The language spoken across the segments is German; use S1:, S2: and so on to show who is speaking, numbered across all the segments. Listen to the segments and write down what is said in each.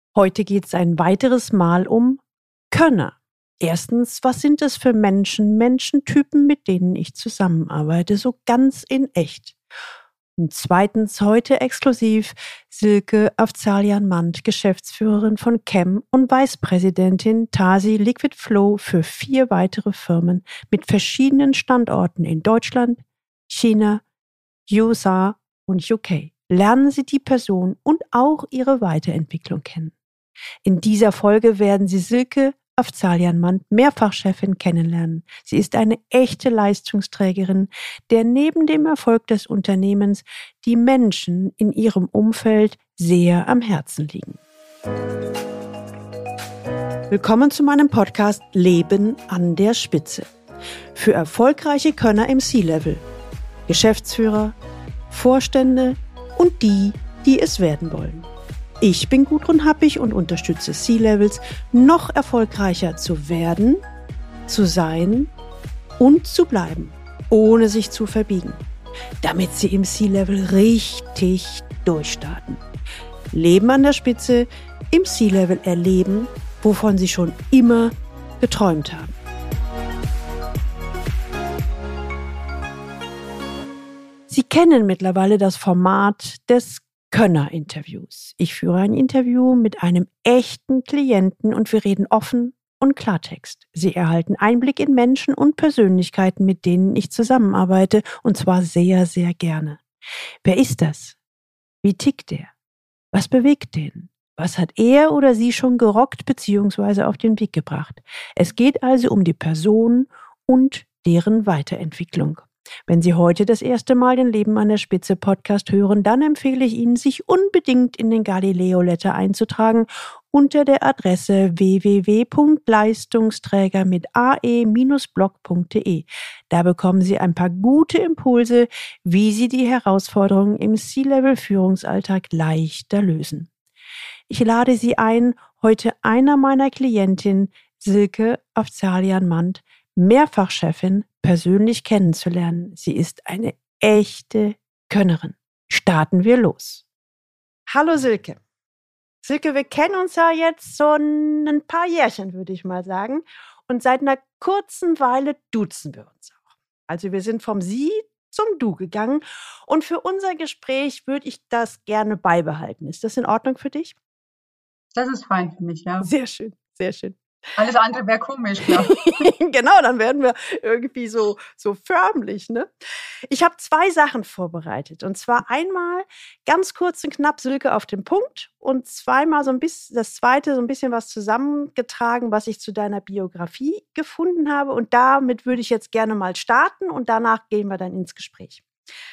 S1: Heute geht es ein weiteres Mal um Könner. Erstens, was sind es für Menschentypen, mit denen ich zusammenarbeite, so ganz in echt? Und zweitens, heute exklusiv Silke Afzalian-Mand, Geschäftsführerin von Chem und Vicepräsidentin Tasi Liquid Flow für 4 weitere Firmen mit verschiedenen Standorten in Deutschland, China, USA und UK. Lernen Sie die Person und auch ihre Weiterentwicklung kennen. In dieser Folge werden Sie Silke Afzalian-Mand, Mehrfachchefin, kennenlernen. Sie ist eine echte Leistungsträgerin, der neben dem Erfolg des Unternehmens die Menschen in ihrem Umfeld sehr am Herzen liegen. Willkommen zu meinem Podcast Leben an der Spitze. Für erfolgreiche Könner im C-Level, Geschäftsführer, Vorstände und die, die es werden wollen. Ich bin Gudrun Happig und unterstütze C-Levels, noch erfolgreicher zu werden, zu sein und zu bleiben, ohne sich zu verbiegen, damit sie im C-Level richtig durchstarten. Leben an der Spitze, im C-Level erleben, wovon sie schon immer geträumt haben. Sie kennen mittlerweile das Format des Könner-Interviews. Ich führe ein Interview mit einem echten Klienten und wir reden offen und Klartext. Sie erhalten Einblick in Menschen und Persönlichkeiten, mit denen ich zusammenarbeite, und zwar sehr, sehr gerne. Wer ist das? Wie tickt der? Was bewegt den? Was hat er oder sie schon gerockt bzw. auf den Weg gebracht? Es geht also um die Person und deren Weiterentwicklung. Wenn Sie heute das erste Mal den Leben an der Spitze Podcast hören, dann empfehle ich Ihnen, sich unbedingt in den Galileo Letter einzutragen unter der Adresse www.leistungsträger mit ae-blog.de. Da bekommen Sie ein paar gute Impulse, wie Sie die Herausforderungen im C-Level-Führungsalltag leichter lösen. Ich lade Sie ein, heute einer meiner Klientinnen, Silke Afzalian-Mand, Mehrfachchefin, persönlich kennenzulernen. Sie ist eine echte Könnerin. Starten wir los. Hallo Silke. Silke, wir kennen uns ja jetzt so ein paar Jährchen, würde ich mal sagen. Und seit einer kurzen Weile duzen wir uns auch. Also wir sind vom Sie zum Du gegangen. Und für unser Gespräch würde ich das gerne beibehalten. Ist das in Ordnung für dich?
S2: Das ist fein für mich, ja.
S1: Sehr schön, sehr schön.
S2: Alles andere wäre komisch, klar.
S1: Genau, dann werden wir irgendwie so förmlich, ne? Ich habe 2 Sachen vorbereitet. Und zwar einmal ganz kurz und knapp Silke auf den Punkt und zweimal das zweite so ein bisschen was zusammengetragen, was ich zu deiner Biografie gefunden habe. Und damit würde ich jetzt gerne mal starten und danach gehen wir dann ins Gespräch.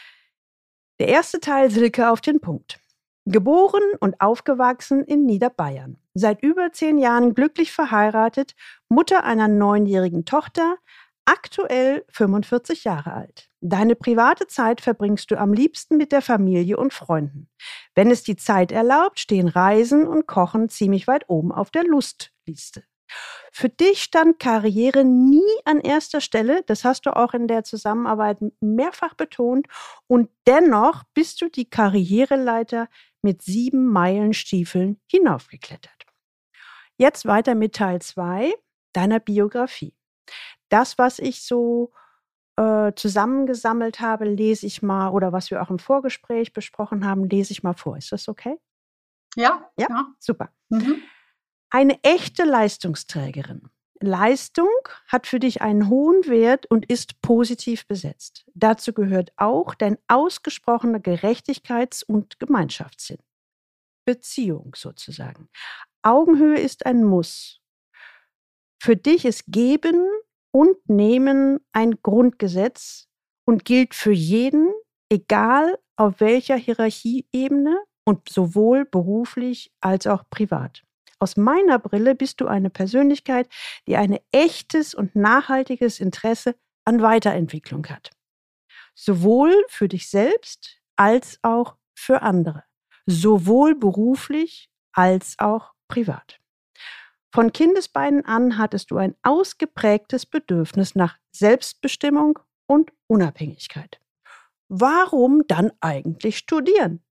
S1: Der erste Teil, Silke auf den Punkt. Geboren und aufgewachsen in Niederbayern. Seit über 10 Jahren glücklich verheiratet, Mutter einer 9-jährigen Tochter, aktuell 45 Jahre alt. Deine private Zeit verbringst du am liebsten mit der Familie und Freunden. Wenn es die Zeit erlaubt, stehen Reisen und Kochen ziemlich weit oben auf der Lustliste. Für dich stand Karriere nie an erster Stelle, das hast du auch in der Zusammenarbeit mehrfach betont, und dennoch bist du die Karriereleiter mit 7 Meilenstiefeln hinaufgeklettert. Jetzt weiter mit Teil 2 deiner Biografie. Das, was ich so zusammengesammelt habe, lese ich mal, oder was wir auch im Vorgespräch besprochen haben, lese ich mal vor. Ist das okay?
S2: Ja.
S1: Super.
S2: Mhm.
S1: Eine echte Leistungsträgerin. Leistung hat für dich einen hohen Wert und ist positiv besetzt. Dazu gehört auch dein ausgesprochener Gerechtigkeits- und Gemeinschaftssinn. Beziehung sozusagen. Augenhöhe ist ein Muss. Für dich ist Geben und Nehmen ein Grundgesetz und gilt für jeden, egal auf welcher Hierarchieebene und sowohl beruflich als auch privat. Aus meiner Brille bist du eine Persönlichkeit, die ein echtes und nachhaltiges Interesse an Weiterentwicklung hat. Sowohl für dich selbst als auch für andere. Sowohl beruflich als auch privat. Von Kindesbeinen an hattest du ein ausgeprägtes Bedürfnis nach Selbstbestimmung und Unabhängigkeit. Warum dann eigentlich studieren?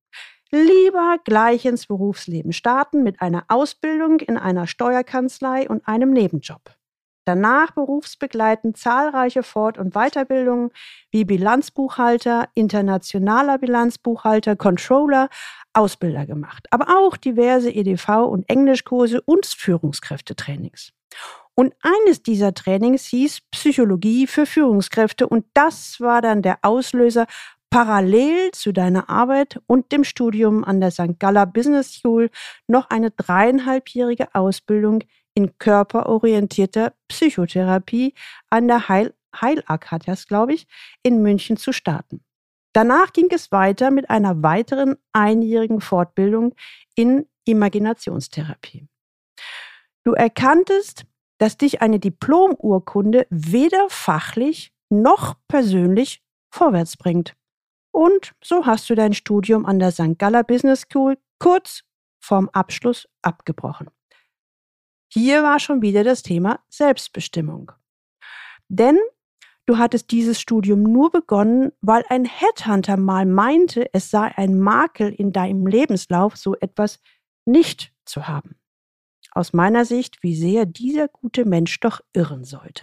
S1: Lieber gleich ins Berufsleben starten mit einer Ausbildung in einer Steuerkanzlei und einem Nebenjob. Danach berufsbegleitend zahlreiche Fort- und Weiterbildungen wie Bilanzbuchhalter, internationaler Bilanzbuchhalter, Controller, Ausbilder gemacht. Aber auch diverse EDV- und Englischkurse und Führungskräftetrainings. Und eines dieser Trainings hieß Psychologie für Führungskräfte und das war dann der Auslöser, parallel zu deiner Arbeit und dem Studium an der St. Galler Business School noch eine 3,5-jährige Ausbildung in körperorientierter Psychotherapie an der Heilak, hat er es, glaube ich, in München zu starten. Danach ging es weiter mit einer weiteren einjährigen Fortbildung in Imaginationstherapie. Du erkanntest, dass dich eine Diplomurkunde weder fachlich noch persönlich vorwärts bringt. Und so hast du dein Studium an der St. Galler Business School kurz vorm Abschluss abgebrochen. Hier war schon wieder das Thema Selbstbestimmung. Denn du hattest dieses Studium nur begonnen, weil ein Headhunter mal meinte, es sei ein Makel in deinem Lebenslauf, so etwas nicht zu haben. Aus meiner Sicht, wie sehr dieser gute Mensch doch irren sollte.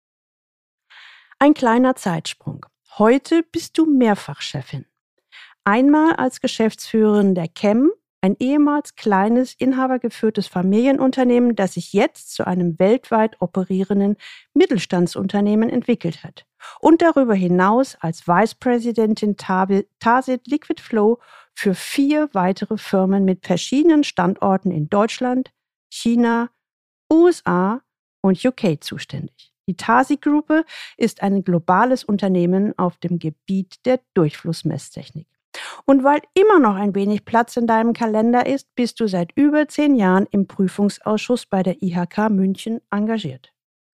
S1: Ein kleiner Zeitsprung. Heute bist du Mehrfachchefin. Einmal als Geschäftsführerin der CHEM, ein ehemals kleines, inhabergeführtes Familienunternehmen, das sich jetzt zu einem weltweit operierenden Mittelstandsunternehmen entwickelt hat. Und darüber hinaus als Vice-Präsidentin Target Liquid Flow für 4 weitere Firmen mit verschiedenen Standorten in Deutschland, China, USA und UK zuständig. Die Tasi-Gruppe ist ein globales Unternehmen auf dem Gebiet der Durchflussmesstechnik. Und weil immer noch ein wenig Platz in deinem Kalender ist, bist du seit über 10 Jahren im Prüfungsausschuss bei der IHK München engagiert.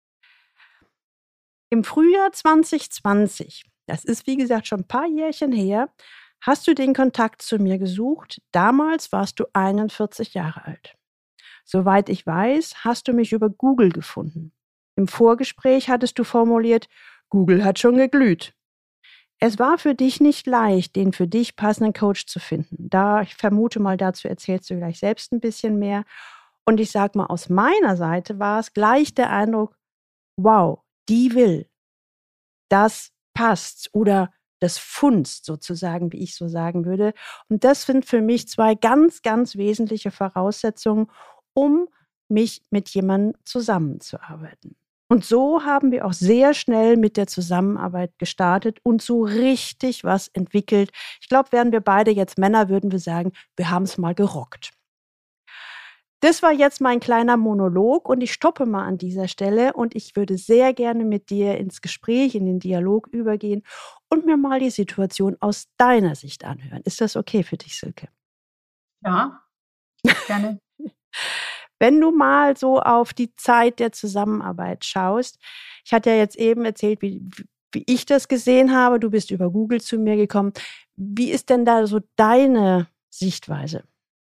S1: Im Frühjahr 2020, das ist wie gesagt schon ein paar Jährchen her, hast du den Kontakt zu mir gesucht. Damals warst du 41 Jahre alt. Soweit ich weiß, hast du mich über Google gefunden. Im Vorgespräch hattest du formuliert, Google hat schon geglüht. Es war für dich nicht leicht, den für dich passenden Coach zu finden. Ich vermute mal, dazu erzählst du gleich selbst ein bisschen mehr. Und ich sage mal, aus meiner Seite war es gleich der Eindruck, wow, die will, das passt oder das funzt sozusagen, wie ich so sagen würde. Und das sind für mich 2 ganz, ganz wesentliche Voraussetzungen, um mich mit jemandem zusammenzuarbeiten. Und so haben wir auch sehr schnell mit der Zusammenarbeit gestartet und so richtig was entwickelt. Ich glaube, wären wir beide jetzt Männer, würden wir sagen, wir haben es mal gerockt. Das war jetzt mein kleiner Monolog und ich stoppe mal an dieser Stelle und ich würde sehr gerne mit dir ins Gespräch, in den Dialog übergehen und mir mal die Situation aus deiner Sicht anhören. Ist das okay für dich, Silke?
S2: Ja, gerne.
S1: Wenn du mal so auf die Zeit der Zusammenarbeit schaust, ich hatte ja jetzt eben erzählt, wie ich das gesehen habe, du bist über Google zu mir gekommen. Wie ist denn da so deine Sichtweise?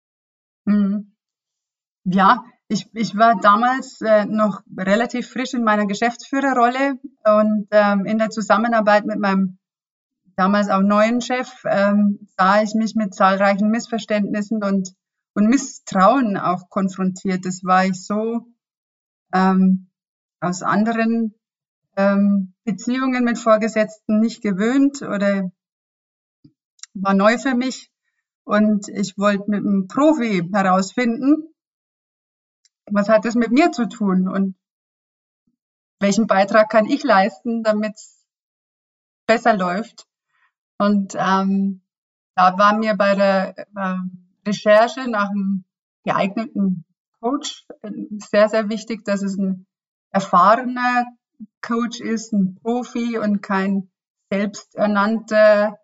S2: Ja, ich war damals noch relativ frisch in meiner Geschäftsführerrolle und in der Zusammenarbeit mit meinem damals auch neuen Chef sah ich mich mit zahlreichen Missverständnissen und Misstrauen auch konfrontiert. Das war ich so aus anderen Beziehungen mit Vorgesetzten nicht gewöhnt oder war neu für mich. Und ich wollte mit einem Profi herausfinden, was hat das mit mir zu tun und welchen Beitrag kann ich leisten, damit es besser läuft. Und da war mir bei der Recherche nach einem geeigneten Coach sehr, sehr wichtig, dass es ein erfahrener Coach ist, ein Profi und kein selbsternannter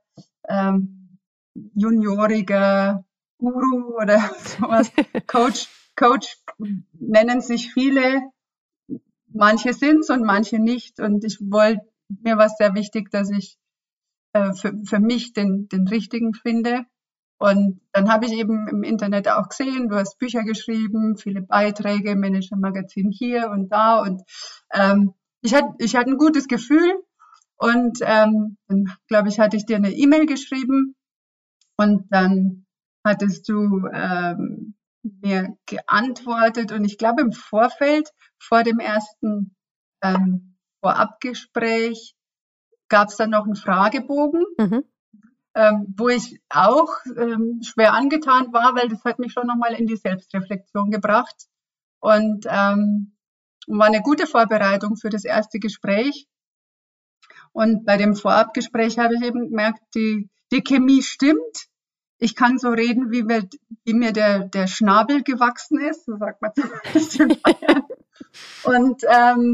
S2: junioriger Guru oder sowas. Coach nennen sich viele, manche sind's und manche nicht. Und mir war es sehr wichtig, dass ich für mich den richtigen finde. Und dann habe ich eben im Internet auch gesehen, du hast Bücher geschrieben, viele Beiträge, Manager-Magazin hier und da. Und ich hatte ein gutes Gefühl. Und dann, glaube ich, hatte ich dir eine E-Mail geschrieben. Und dann hattest du mir geantwortet und ich glaube im Vorfeld, vor dem ersten Vorabgespräch, gab es dann noch einen Fragebogen,
S1: Mhm.
S2: wo ich auch schwer angetan war, weil das hat mich schon nochmal in die Selbstreflexion gebracht und war eine gute Vorbereitung für das erste Gespräch. Und bei dem Vorabgespräch habe ich eben gemerkt, die Chemie stimmt. Ich kann so reden, wie mir der Schnabel gewachsen ist, so sagt man zumindest in Bayern. Und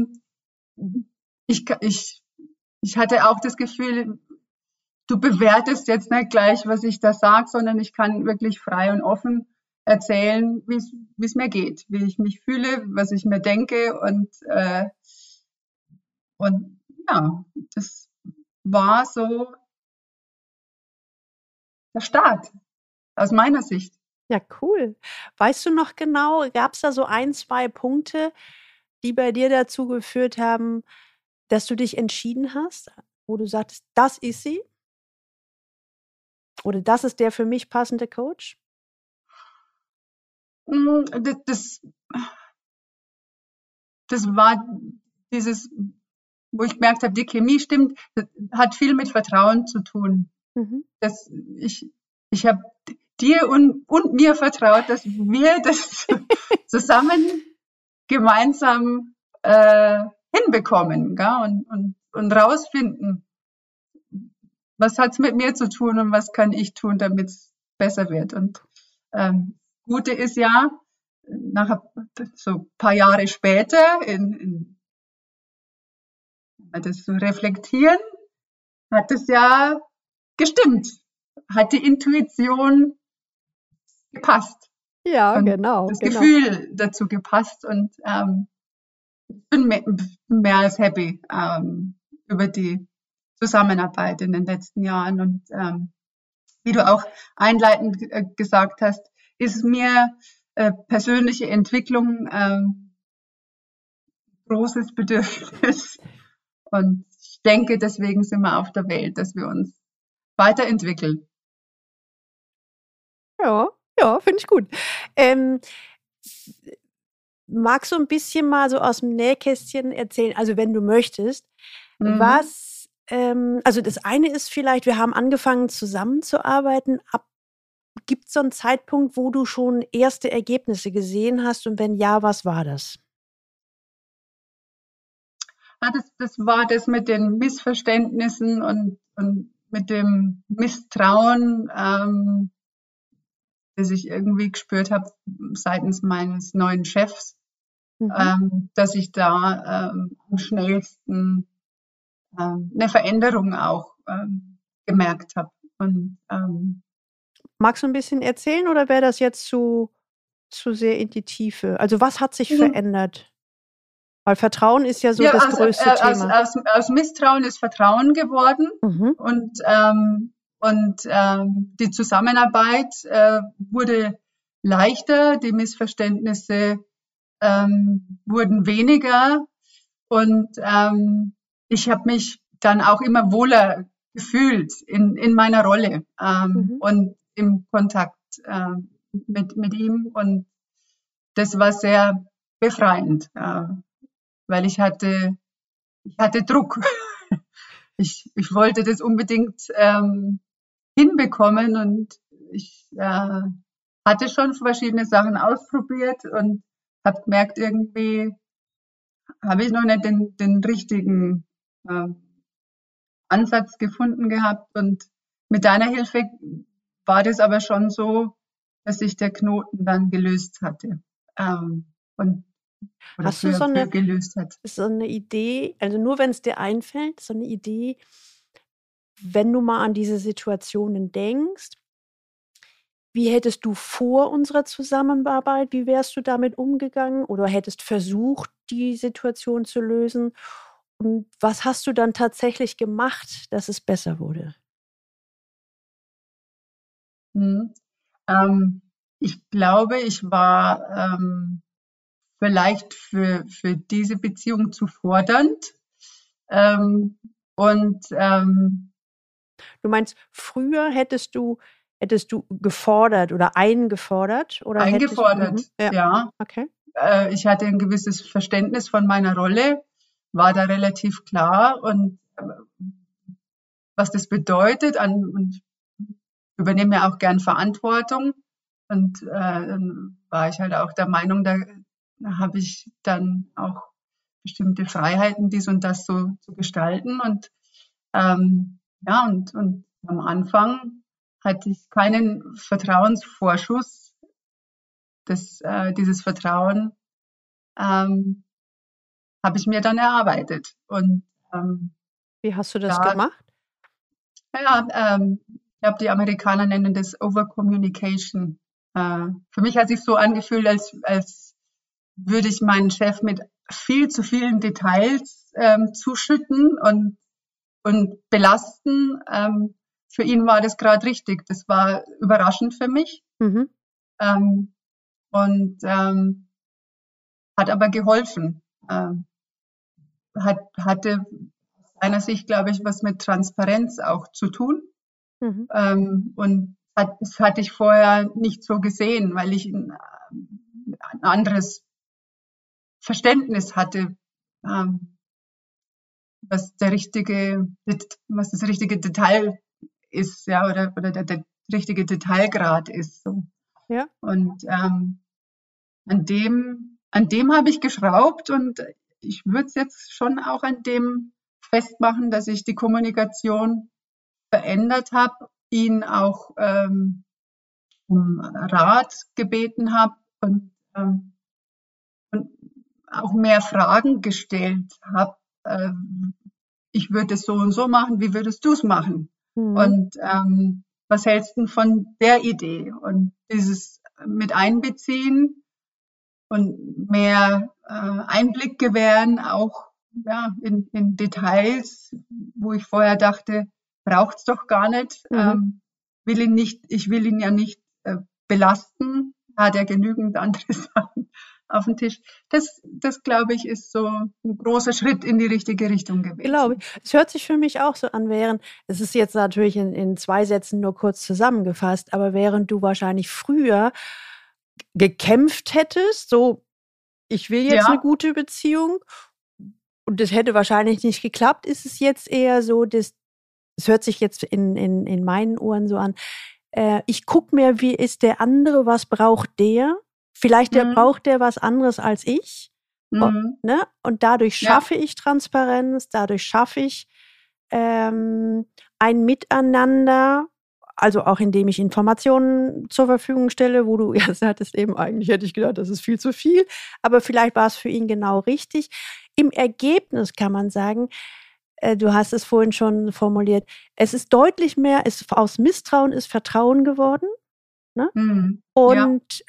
S2: ich hatte auch das Gefühl, du bewertest jetzt nicht gleich, was ich da sage, sondern ich kann wirklich frei und offen erzählen, wie es mir geht, wie ich mich fühle, was ich mir denke und ja, das war so der Start aus meiner Sicht.
S1: Ja, cool. Weißt du noch genau, gab es da so ein, zwei Punkte, die bei dir dazu geführt haben, dass du dich entschieden hast, wo du sagtest, das ist sie oder das ist der für mich passende Coach?
S2: Das, das war dieses, wo ich gemerkt habe, die Chemie stimmt, das hat viel mit Vertrauen zu tun.
S1: Mhm.
S2: Dass ich habe dir und mir vertraut, dass wir das zusammen gemeinsam hinbekommen, gell? Und rausfinden, was hat es mit mir zu tun und was kann ich tun, damit es besser wird. Und Gute ist ja, nach so ein paar Jahre später, das zu reflektieren, hat es ja gestimmt, hat die Intuition gepasst
S1: Ja,
S2: und
S1: genau,
S2: das
S1: genau.
S2: Gefühl dazu gepasst und bin mehr als happy über die Zusammenarbeit in den letzten Jahren und wie du auch einleitend gesagt hast, ist mir persönliche Entwicklung großes Bedürfnis und ich denke, deswegen sind wir auf der Welt, dass wir uns weiterentwickeln.
S1: Ja, ja, finde ich gut. Ähm, magst du ein bisschen mal so aus dem Nähkästchen erzählen, also wenn du möchtest,
S2: Mhm.
S1: also das eine ist vielleicht, wir haben angefangen zusammenzuarbeiten. Gibt es so einen Zeitpunkt, wo du schon erste Ergebnisse gesehen hast und wenn ja, was war das?
S2: Ja, das war das mit den Missverständnissen und mit dem Misstrauen, das ich irgendwie gespürt habe seitens meines neuen Chefs,
S1: Mhm.
S2: dass ich da am schnellsten eine Veränderung auch gemerkt habe. Und
S1: Magst du ein bisschen erzählen oder wäre das jetzt zu sehr in die Tiefe? Also, was hat sich verändert? Weil Vertrauen ist ja so
S2: ja,
S1: das größte Thema.
S2: aus Misstrauen ist Vertrauen geworden
S1: Mhm.
S2: und die Zusammenarbeit wurde leichter, die Missverständnisse wurden weniger und ich habe mich dann auch immer wohler gefühlt in meiner Rolle
S1: Mhm.
S2: und im Kontakt mit ihm und das war sehr befreiend, weil ich hatte Druck. Ich wollte das unbedingt hinbekommen und ich hatte schon verschiedene Sachen ausprobiert und habe gemerkt, irgendwie habe ich noch nicht den richtigen äh, Ansatz gefunden gehabt. Und mit deiner Hilfe war das aber schon so, dass sich der Knoten dann gelöst hatte und oder
S1: Hast du
S2: peu à peu gelöst hat.
S1: so eine Idee, also nur wenn es dir einfällt, so eine Idee, wenn du mal an diese Situationen denkst, wie hättest du vor unserer Zusammenarbeit, wie wärst du damit umgegangen oder hättest versucht, die Situation zu lösen? Und was hast du dann tatsächlich gemacht, dass es besser wurde?
S2: Mhm. Ähm, ich glaube, ich war vielleicht für diese Beziehung zu fordernd. Ähm, und
S1: Du meinst, früher hättest du hättest du gefordert oder eingefordert? Oder
S2: Eingefordert,
S1: ja.
S2: ja.
S1: Okay.
S2: Ich hatte ein gewisses Verständnis von meiner Rolle, war da relativ klar und was das bedeutet und übernehme ja auch gern Verantwortung. Und dann war ich halt auch der Meinung, da habe ich dann auch bestimmte Freiheiten, dies und das so zu gestalten. Und ja, und am Anfang hatte ich keinen Vertrauensvorschuss. Dieses Vertrauen habe ich mir dann erarbeitet. Und
S1: wie hast du das gemacht?
S2: Ja, ich glaube, die Amerikaner nennen das Overcommunication. Für mich hat sich so angefühlt, als würde ich meinen Chef mit viel zu vielen Details zuschütten und belasten. Für ihn war das gerade richtig. Das war überraschend für mich.
S1: Mhm.
S2: Und hat aber geholfen. Hatte aus seiner Sicht, glaube ich, was mit Transparenz auch zu tun.
S1: Mhm.
S2: Und das hatte ich vorher nicht so gesehen, weil ich ein anderes Verständnis hatte, was das richtige Detail ist, ja, oder der richtige Detailgrad ist. So.
S1: Ja.
S2: Und an dem habe ich geschraubt und ich würde es jetzt schon auch an dem festmachen, dass ich die Kommunikation verändert habe, ihn auch um Rat gebeten habe und auch mehr Fragen gestellt habe. Ich würde es so und so machen, wie würdest du es machen?
S1: Mhm.
S2: Und was hältst du von der Idee? Und dieses mit einbeziehen und mehr Einblick gewähren, auch ja, in Details, wo ich vorher dachte, braucht es doch gar nicht.
S1: Mhm.
S2: Ich will ihn ja nicht belasten, hat er genügend andere Sachen auf dem Tisch. Das glaube ich, ist so ein großer Schritt in die richtige Richtung gewesen.
S1: Glaube ich. Es hört sich für mich auch so an, es ist jetzt natürlich in 2 Sätzen nur kurz zusammengefasst, aber während du wahrscheinlich früher gekämpft hättest, so, ich will jetzt eine gute Beziehung und das hätte wahrscheinlich nicht geklappt, ist es jetzt eher so, es hört sich jetzt in meinen Ohren so an, ich gucke mir, wie ist der andere, was braucht der? Vielleicht braucht der was anderes als ich. Ne? Und dadurch schaffe ich Transparenz, dadurch schaffe ich ein Miteinander, also auch indem ich Informationen zur Verfügung stelle, wo du ja sagtest eben, eigentlich hätte ich gedacht, das ist viel zu viel, aber vielleicht war es für ihn genau richtig. Im Ergebnis kann man sagen, du hast es vorhin schon formuliert, es ist deutlich mehr, aus Misstrauen ist Vertrauen geworden. Ne? Und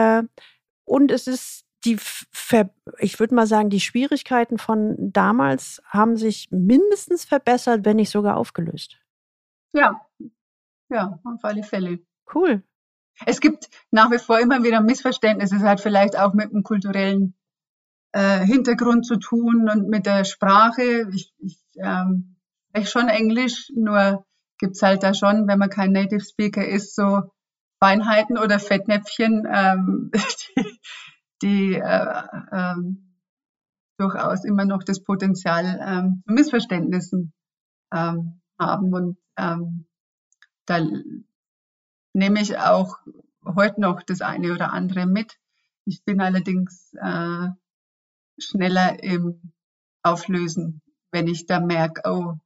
S1: es ist ich würde mal sagen, die Schwierigkeiten von damals haben sich mindestens verbessert, wenn nicht sogar aufgelöst.
S2: Ja, auf alle Fälle.
S1: Cool.
S2: Es gibt nach wie vor immer wieder Missverständnisse. Es hat vielleicht auch mit dem kulturellen Hintergrund zu tun und mit der Sprache. Ich spreche schon Englisch, nur gibt es halt da schon, wenn man kein Native Speaker ist, so Feinheiten oder Fettnäpfchen, die durchaus immer noch das Potenzial zu Missverständnissen haben. Und da nehme ich auch heute noch das eine oder andere mit. Ich bin allerdings schneller im Auflösen, wenn ich da merke, oh,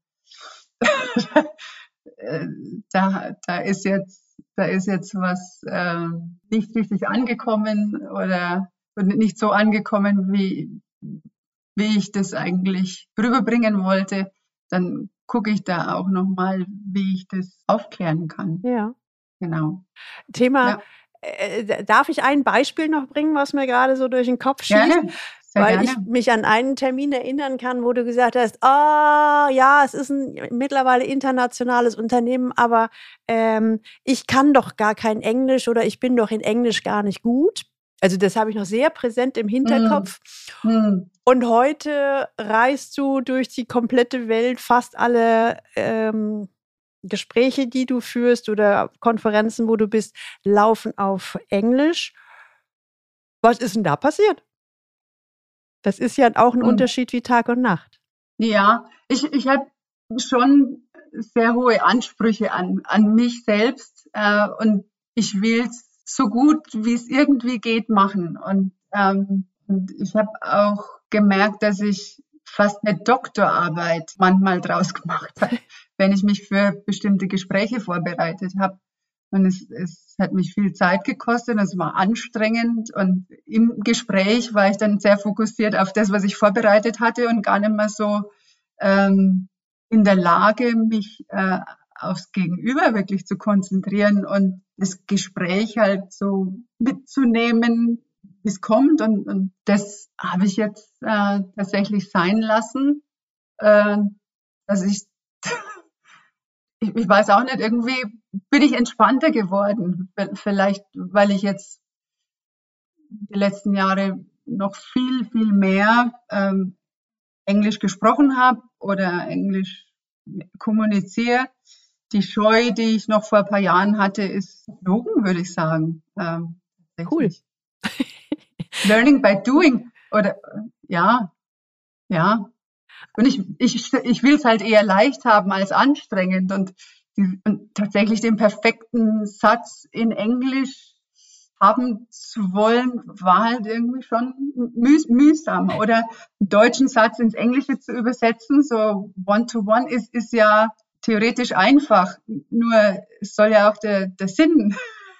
S2: da ist jetzt was nicht richtig angekommen oder nicht so angekommen, wie ich das eigentlich rüberbringen wollte, dann gucke ich da auch nochmal, wie ich das aufklären kann.
S1: Ja.
S2: Genau.
S1: Thema, darf ich ein Beispiel noch bringen, was mir gerade so durch den Kopf schießt?
S2: Gerne.
S1: Weil ich mich an einen Termin erinnern kann, wo du gesagt hast, ja, es ist ein mittlerweile internationales Unternehmen, aber ich kann doch gar kein Englisch oder ich bin doch in Englisch gar nicht gut. Also das habe ich noch sehr präsent im Hinterkopf. Und heute reist du durch die komplette Welt, fast alle Gespräche, die du führst oder Konferenzen, wo du bist, laufen auf Englisch. Was ist denn da passiert? Das ist ja auch ein
S2: Und
S1: Unterschied wie Tag und Nacht.
S2: ja, ich habe schon sehr hohe Ansprüche an mich selbst und ich will es so gut, wie es irgendwie geht, machen. Und ich habe auch gemerkt, dass ich fast eine Doktorarbeit manchmal draus gemacht habe, wenn ich mich für bestimmte Gespräche vorbereitet habe. Und es hat mich viel Zeit gekostet, es war anstrengend und im Gespräch war ich dann sehr fokussiert auf das, was ich vorbereitet hatte und gar nicht mehr so in der Lage, mich aufs Gegenüber wirklich zu konzentrieren und das Gespräch halt so mitzunehmen, wie es kommt. Und das habe ich jetzt tatsächlich sein lassen, dass ich weiß auch nicht, irgendwie bin ich entspannter geworden. Vielleicht, weil ich jetzt die letzten Jahre noch viel, viel mehr Englisch gesprochen habe oder Englisch kommuniziere. Die Scheu, die ich noch vor ein paar Jahren hatte, ist verflogen, würde ich sagen.
S1: Cool.
S2: Learning by doing. Oder ja. Und ich will es halt eher leicht haben als anstrengend. Und tatsächlich den perfekten Satz in Englisch haben zu wollen, war halt irgendwie schon mühsam. Oder einen deutschen Satz ins Englische zu übersetzen, so One-to-One, ist ja theoretisch einfach. Nur es soll ja auch der Sinn,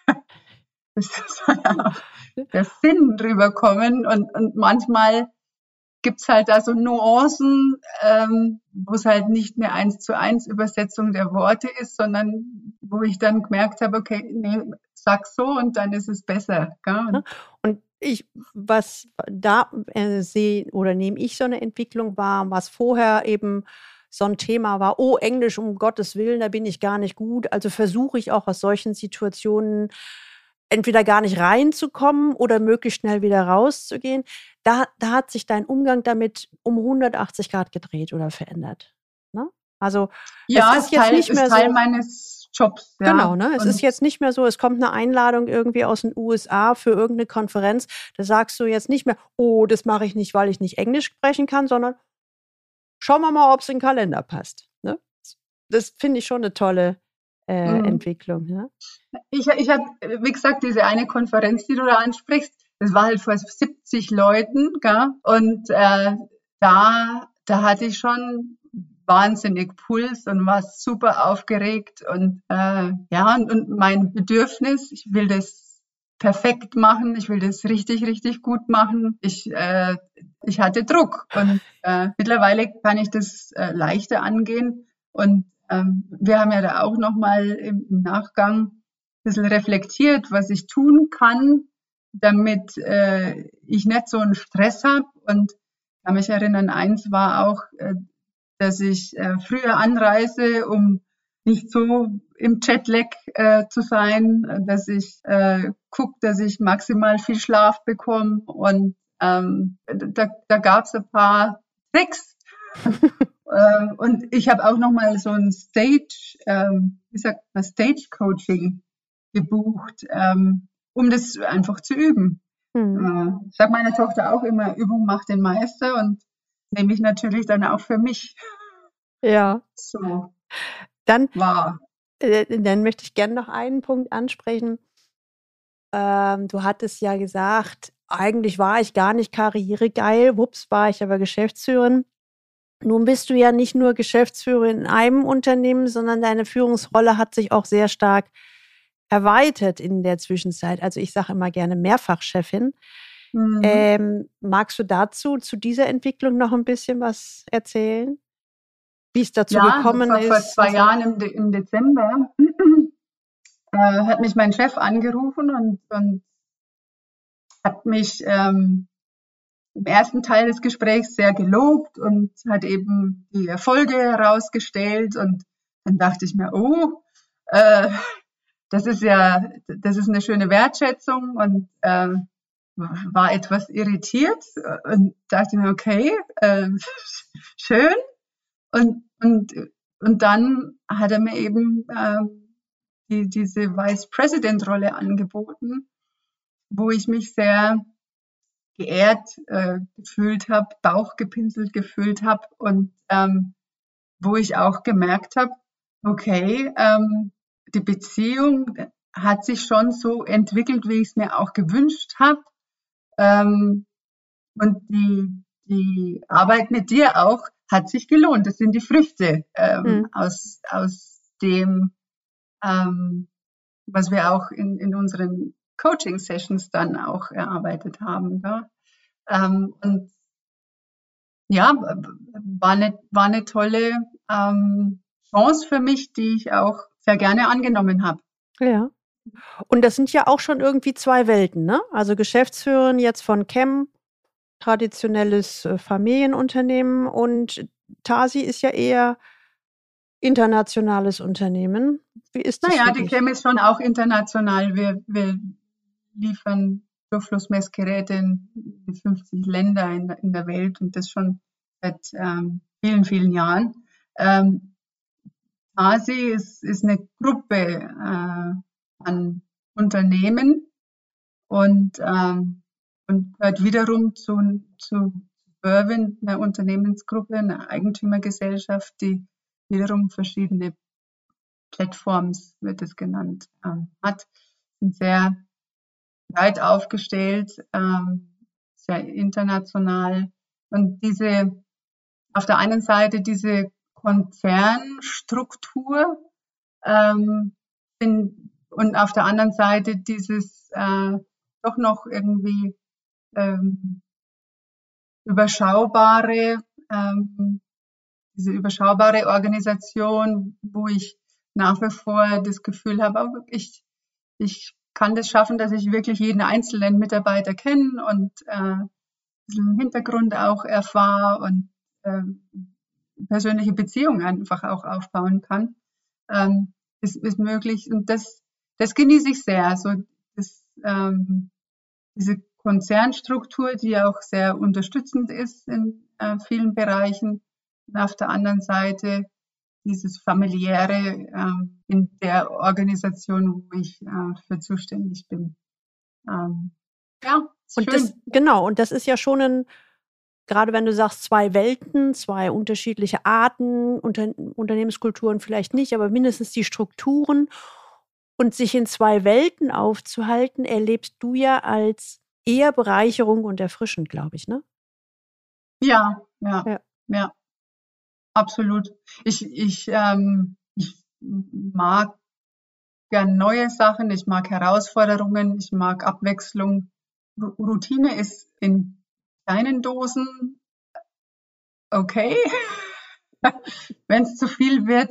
S2: es soll ja auch der Sinn drüber kommen. Und manchmal gibt's halt da so Nuancen, wo es halt nicht mehr 1:1 Übersetzung der Worte ist, sondern wo ich dann gemerkt habe, okay, nee, sag so und dann ist es besser. Gell?
S1: Und was da sehe oder nehme ich so eine Entwicklung wahr, was vorher eben so ein Thema war, oh, Englisch, um Gottes Willen, da bin ich gar nicht gut. Also versuche ich auch aus solchen Situationen entweder gar nicht reinzukommen oder möglichst schnell wieder rauszugehen. Da hat sich dein Umgang damit um 180 Grad gedreht oder verändert. Ne? Also
S2: Ja,
S1: es ist jetzt nicht mehr
S2: Teil
S1: so.
S2: meines Jobs. Ja.
S1: Genau, ne? Es ist jetzt nicht mehr so, es kommt eine Einladung irgendwie aus den USA für irgendeine Konferenz. Da sagst du jetzt nicht mehr, oh, das mache ich nicht, weil ich nicht Englisch sprechen kann, sondern schauen wir mal, ob es in den Kalender passt. Ne? Das finde ich schon eine tolle Entwicklung. Ne?
S2: Ich habe, wie gesagt, diese eine Konferenz, die du da ansprichst, das war halt vor 70 Leuten, gell? Und da hatte ich schon wahnsinnig Puls und war super aufgeregt und und mein Bedürfnis, ich will das perfekt machen, ich will das richtig, richtig gut machen. Ich hatte Druck und mittlerweile kann ich das leichter angehen und wir haben ja da auch nochmal im Nachgang ein bisschen reflektiert, was ich tun kann, damit ich nicht so einen Stress habe. Und ich kann mich erinnern, eins war auch, dass ich früher anreise, um nicht so im Jetlag zu sein, dass ich gucke, dass ich maximal viel Schlaf bekomme. Und da gab es ein paar Tricks. Und ich habe auch nochmal so ein Stage-Coaching gebucht, um das einfach zu üben. Ich sage meiner Tochter auch immer, Übung macht den Meister und nehme ich natürlich dann auch für mich.
S1: Ja.
S2: So.
S1: Dann möchte ich gerne noch einen Punkt ansprechen. Du hattest ja gesagt, eigentlich war ich gar nicht karrieregeil, wups, war ich aber Geschäftsführerin. Nun bist du ja nicht nur Geschäftsführerin in einem Unternehmen, sondern deine Führungsrolle hat sich auch sehr stark erweitert in der Zwischenzeit. Also ich sage immer gerne Mehrfachchefin. Magst du dazu, zu dieser Entwicklung noch ein bisschen was erzählen? Wie es dazu gekommen ist?
S2: Vor 2 Jahren im Dezember hat mich mein Chef angerufen und hat mich im ersten Teil des Gesprächs sehr gelobt und hat eben die Erfolge herausgestellt. Und dann dachte ich mir, das ist eine schöne Wertschätzung und war etwas irritiert und dachte mir, okay, schön. Und Und dann hat er mir eben diese Vice President Rolle angeboten, wo ich mich sehr geehrt gefühlt habe, bauchgepinselt gefühlt habe und wo ich auch gemerkt habe, okay, die Beziehung hat sich schon so entwickelt, wie ich es mir auch gewünscht habe. Und die Arbeit mit dir auch hat sich gelohnt. Das sind die Früchte aus dem, was wir auch in unseren Coaching-Sessions dann auch erarbeitet haben. Ja? Und ja, war eine tolle Chance für mich, die ich auch sehr gerne angenommen habe.
S1: Ja. Und das sind ja auch schon irgendwie zwei Welten, ne? Also Geschäftsführerin jetzt von Chem, traditionelles Familienunternehmen, und Tasi ist ja eher internationales Unternehmen. Wie ist das
S2: Naja,
S1: für
S2: die
S1: dich?
S2: Chem ist schon auch international. Wir liefern Durchflussmessgeräte in 50 Länder in der Welt und das schon seit vielen, vielen Jahren. Tasi ist eine Gruppe an Unternehmen und gehört wiederum zu Berwin, einer Unternehmensgruppe, einer Eigentümergesellschaft, die wiederum verschiedene Plattforms, wird es genannt, hat. Sind sehr breit aufgestellt, sehr international. Und auf der einen Seite diese Konzernstruktur und auf der anderen Seite dieses doch noch irgendwie diese überschaubare Organisation, wo ich nach wie vor das Gefühl habe, ich kann das schaffen, dass ich wirklich jeden einzelnen Mitarbeiter kenne und den Hintergrund auch erfahre und persönliche Beziehungen einfach auch aufbauen kann, ist möglich. Und das genieße ich sehr. Also diese Konzernstruktur, die auch sehr unterstützend ist in vielen Bereichen. Und auf der anderen Seite dieses familiäre in der Organisation, wo ich für zuständig bin. Ja, ist schön.
S1: Und das ist ja schon gerade wenn du sagst, zwei Welten, zwei unterschiedliche Arten, Unternehmenskulturen vielleicht nicht, aber mindestens die Strukturen, und sich in zwei Welten aufzuhalten, erlebst du ja als eher Bereicherung und erfrischend, glaube ich, ne?
S2: Ja, absolut. Ich mag gern neue Sachen, ich mag Herausforderungen, ich mag Abwechslung. Routine ist in kleinen Dosen okay. Wenn es zu viel wird,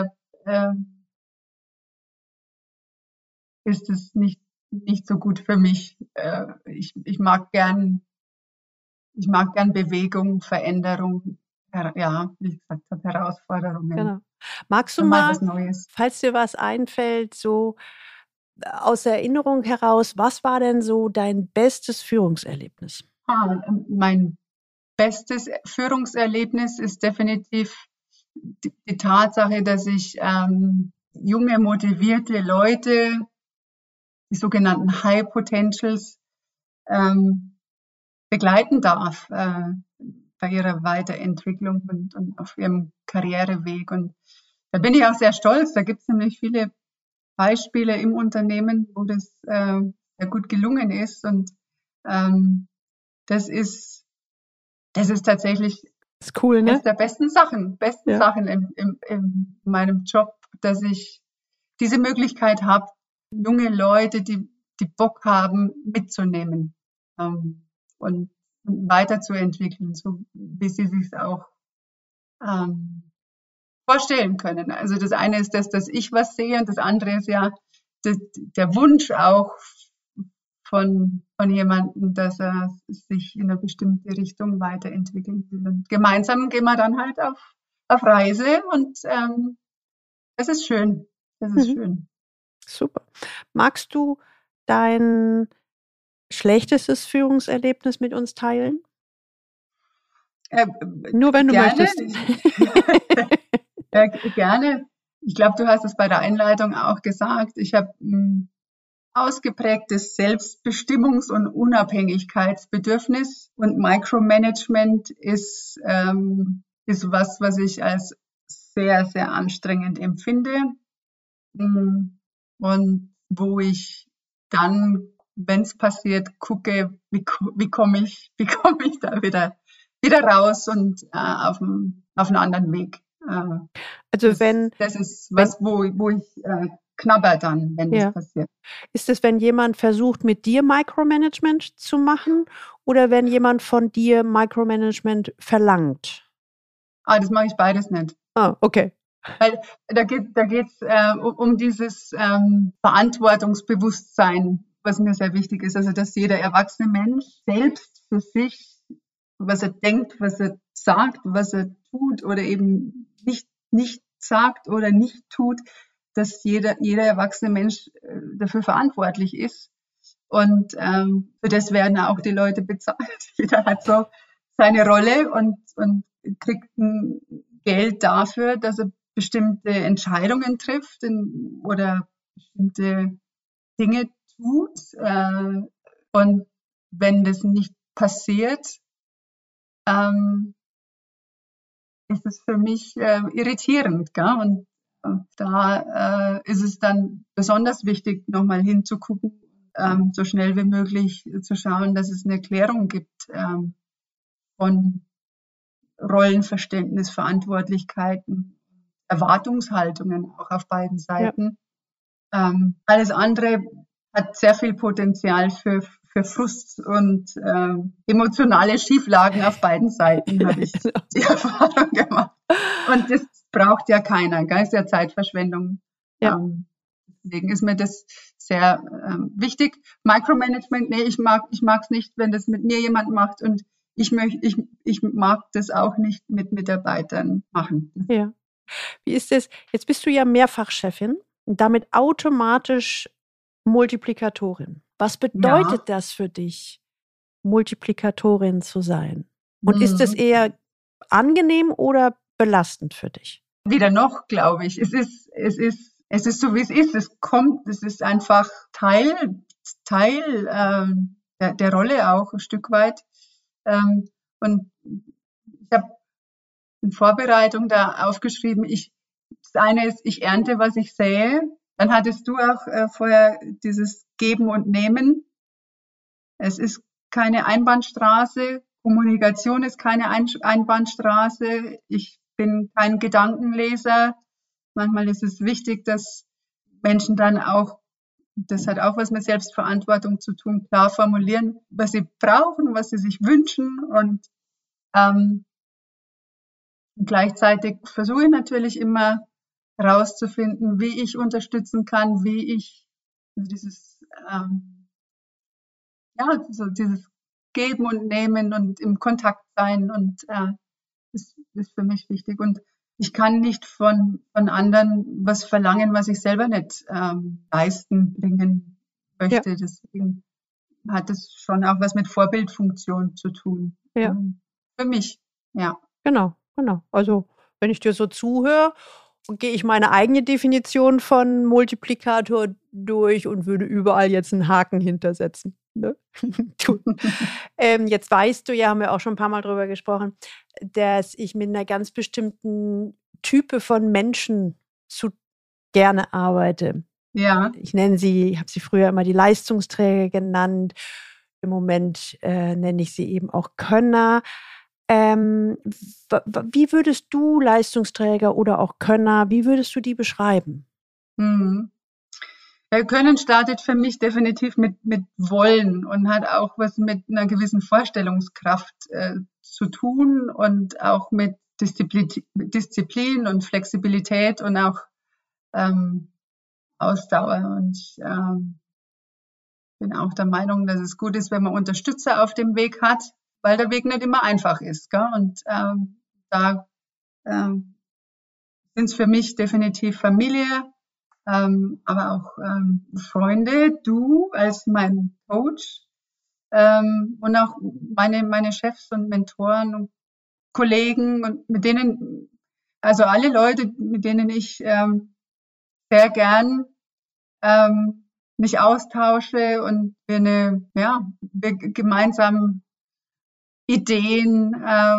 S2: ist es nicht so gut für mich. Ich mag gern Bewegung, Veränderung, ja, wie ich gesagt habe, Herausforderungen.
S1: Genau. Magst du
S2: mal
S1: mal,
S2: was Neues?
S1: falls dir was einfällt, so aus Erinnerung heraus, was war denn so dein bestes Führungserlebnis?
S2: Mein bestes Führungserlebnis ist definitiv die Tatsache, dass ich junge, motivierte Leute, die sogenannten High Potentials, begleiten darf bei ihrer Weiterentwicklung und auf ihrem Karriereweg. Und da bin ich auch sehr stolz. Da gibt es nämlich viele Beispiele im Unternehmen, wo das sehr gut gelungen ist. Und das ist tatsächlich
S1: ist cool, ne?
S2: eines der besten Sachen in meinem Job, dass ich diese Möglichkeit habe, junge Leute, die Bock haben, mitzunehmen und weiterzuentwickeln, so wie sie sich auch vorstellen können. Also das eine ist das, dass ich was sehe, und das andere ist ja der Wunsch auch von jemandem, dass er sich in eine bestimmte Richtung weiterentwickeln will. Und gemeinsam gehen wir dann halt auf Reise, und das ist schön. Das ist schön.
S1: Super. Magst du dein schlechtestes Führungserlebnis mit uns teilen? Nur wenn du
S2: gerne.
S1: möchtest.
S2: Gerne. Ich glaube, du hast es bei der Einleitung auch gesagt. Ich habe ausgeprägtes Selbstbestimmungs- und Unabhängigkeitsbedürfnis und Micromanagement ist was ich als sehr, sehr anstrengend empfinde und wo ich dann, wenn es passiert, gucke, wie komme ich da wieder raus und auf einen anderen Weg.
S1: Also wenn,
S2: Das ist
S1: wenn,
S2: was, wo ich knabber dann, wenn das
S1: ja.
S2: passiert.
S1: Ist es, wenn jemand versucht, mit dir Micromanagement zu machen oder wenn jemand von dir Micromanagement verlangt?
S2: Das mache ich beides nicht.
S1: Ah, okay.
S2: Weil da geht's um dieses Verantwortungsbewusstsein, was mir sehr wichtig ist. Also, dass jeder erwachsene Mensch selbst für sich, was er denkt, was er sagt, was er tut oder eben nicht sagt oder nicht tut, dass jeder erwachsene Mensch dafür verantwortlich ist. Und für das werden auch die Leute bezahlt. Jeder hat so seine Rolle und kriegt ein Geld dafür, dass er bestimmte Entscheidungen trifft oder bestimmte Dinge tut. Und wenn das nicht passiert, ähm, ist es für mich irritierend. Gell? Und da ist es dann besonders wichtig, nochmal hinzugucken, so schnell wie möglich zu schauen, dass es eine Klärung gibt von Rollenverständnis, Verantwortlichkeiten, Erwartungshaltungen auch auf beiden
S1: Ja.
S2: Seiten. Alles andere hat sehr viel Potenzial für Frust und emotionale Schieflagen auf beiden Seiten, habe ich die Erfahrung gemacht. Und das braucht ja keiner, gell? Ist ja Zeitverschwendung.
S1: Ja.
S2: Deswegen ist mir das sehr wichtig. Micromanagement, nee, ich mag's nicht, wenn das mit mir jemand macht und ich mag das auch nicht mit Mitarbeitern machen.
S1: Ja. Wie ist es? Jetzt bist du ja Mehrfachchefin und damit automatisch Multiplikatorin. Was bedeutet
S2: Ja.
S1: das für dich, Multiplikatorin zu sein? Und ist es eher angenehm oder belastend für dich?
S2: Weder noch, glaube ich. Es ist so, wie es ist. Es ist einfach Teil der Rolle auch ein Stück weit. Und ich habe in Vorbereitung da aufgeschrieben, das eine ist, ich ernte, was ich sähe. Dann hattest du auch vorher dieses Geben und Nehmen. Es ist keine Einbahnstraße. Kommunikation ist keine Einbahnstraße. Ich bin kein Gedankenleser. Manchmal ist es wichtig, dass Menschen dann auch, das hat auch was mit Selbstverantwortung zu tun, klar formulieren, was sie brauchen, was sie sich wünschen. Und gleichzeitig versuche ich natürlich immer herauszufinden, wie ich unterstützen kann, wie ich dieses so dieses Geben und Nehmen und im Kontakt sein und ist für mich wichtig. Und ich kann nicht von anderen was verlangen, was ich selber nicht leisten, bringen
S1: Ja.
S2: möchte. Deswegen hat es schon auch was mit Vorbildfunktion zu tun.
S1: Ja.
S2: Für mich, ja.
S1: Genau. Also, wenn ich dir so zuhöre, gehe ich meine eigene Definition von Multiplikator durch und würde überall jetzt einen Haken hintersetzen. Ne? Jetzt weißt du ja, haben wir auch schon ein paar Mal drüber gesprochen, dass ich mit einer ganz bestimmten Type von Menschen zu gerne arbeite.
S2: Ja.
S1: Ich habe sie früher immer die Leistungsträger genannt. Im Moment nenne ich sie eben auch Könner. Wie würdest du Leistungsträger oder auch Könner, wie würdest du die beschreiben?
S2: Können startet für mich definitiv mit Wollen und hat auch was mit einer gewissen Vorstellungskraft zu tun und auch mit Disziplin und Flexibilität und auch Ausdauer. Und ich bin auch der Meinung, dass es gut ist, wenn man Unterstützer auf dem Weg hat, weil der Weg nicht immer einfach ist. Gell? Und da sind es für mich definitiv Familie, aber auch Freunde, du als mein Coach und auch meine Chefs und Mentoren und Kollegen und mit denen also alle Leute, mit denen ich sehr gern mich austausche und wir gemeinsam Ideen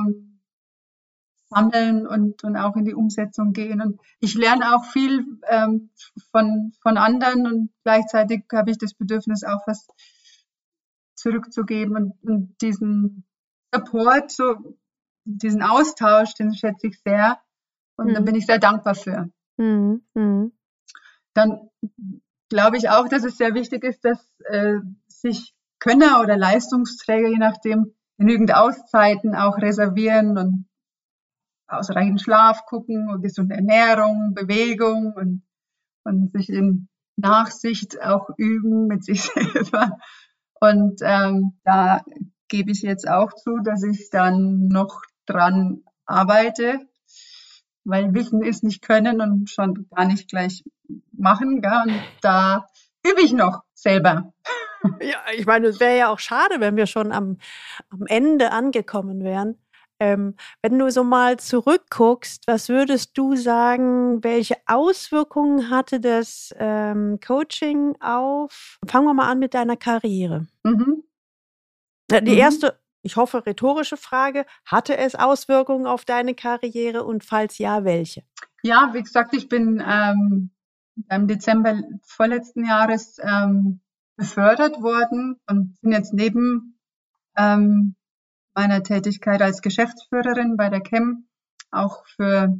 S2: sammeln und auch in die Umsetzung gehen. Und ich lerne auch viel von anderen und gleichzeitig habe ich das Bedürfnis, auch was zurückzugeben und diesen Support, so diesen Austausch, den schätze ich sehr und da bin ich sehr dankbar für.
S1: Mhm.
S2: Dann glaube ich auch, dass es sehr wichtig ist, dass sich Könner oder Leistungsträger, je nachdem, genügend Auszeiten auch reservieren und ausreichend Schlaf gucken und gesunde Ernährung, Bewegung und sich in Nachsicht auch üben mit sich selber. Und da gebe ich jetzt auch zu, dass ich dann noch dran arbeite, weil Wissen ist nicht können und schon gar nicht gleich machen. Gell? Und da übe ich noch selber.
S1: Ja, ich meine, es wäre ja auch schade, wenn wir schon am Ende angekommen wären. Wenn du so mal zurückguckst, was würdest du sagen, welche Auswirkungen hatte das Coaching auf, fangen wir mal an mit deiner Karriere.
S2: Mhm.
S1: Die erste, ich hoffe, rhetorische Frage, hatte es Auswirkungen auf deine Karriere und falls ja, welche?
S2: Ja, wie gesagt, ich bin im Dezember vorletzten Jahres befördert worden und bin jetzt neben meiner Tätigkeit als Geschäftsführerin bei der CHEM auch für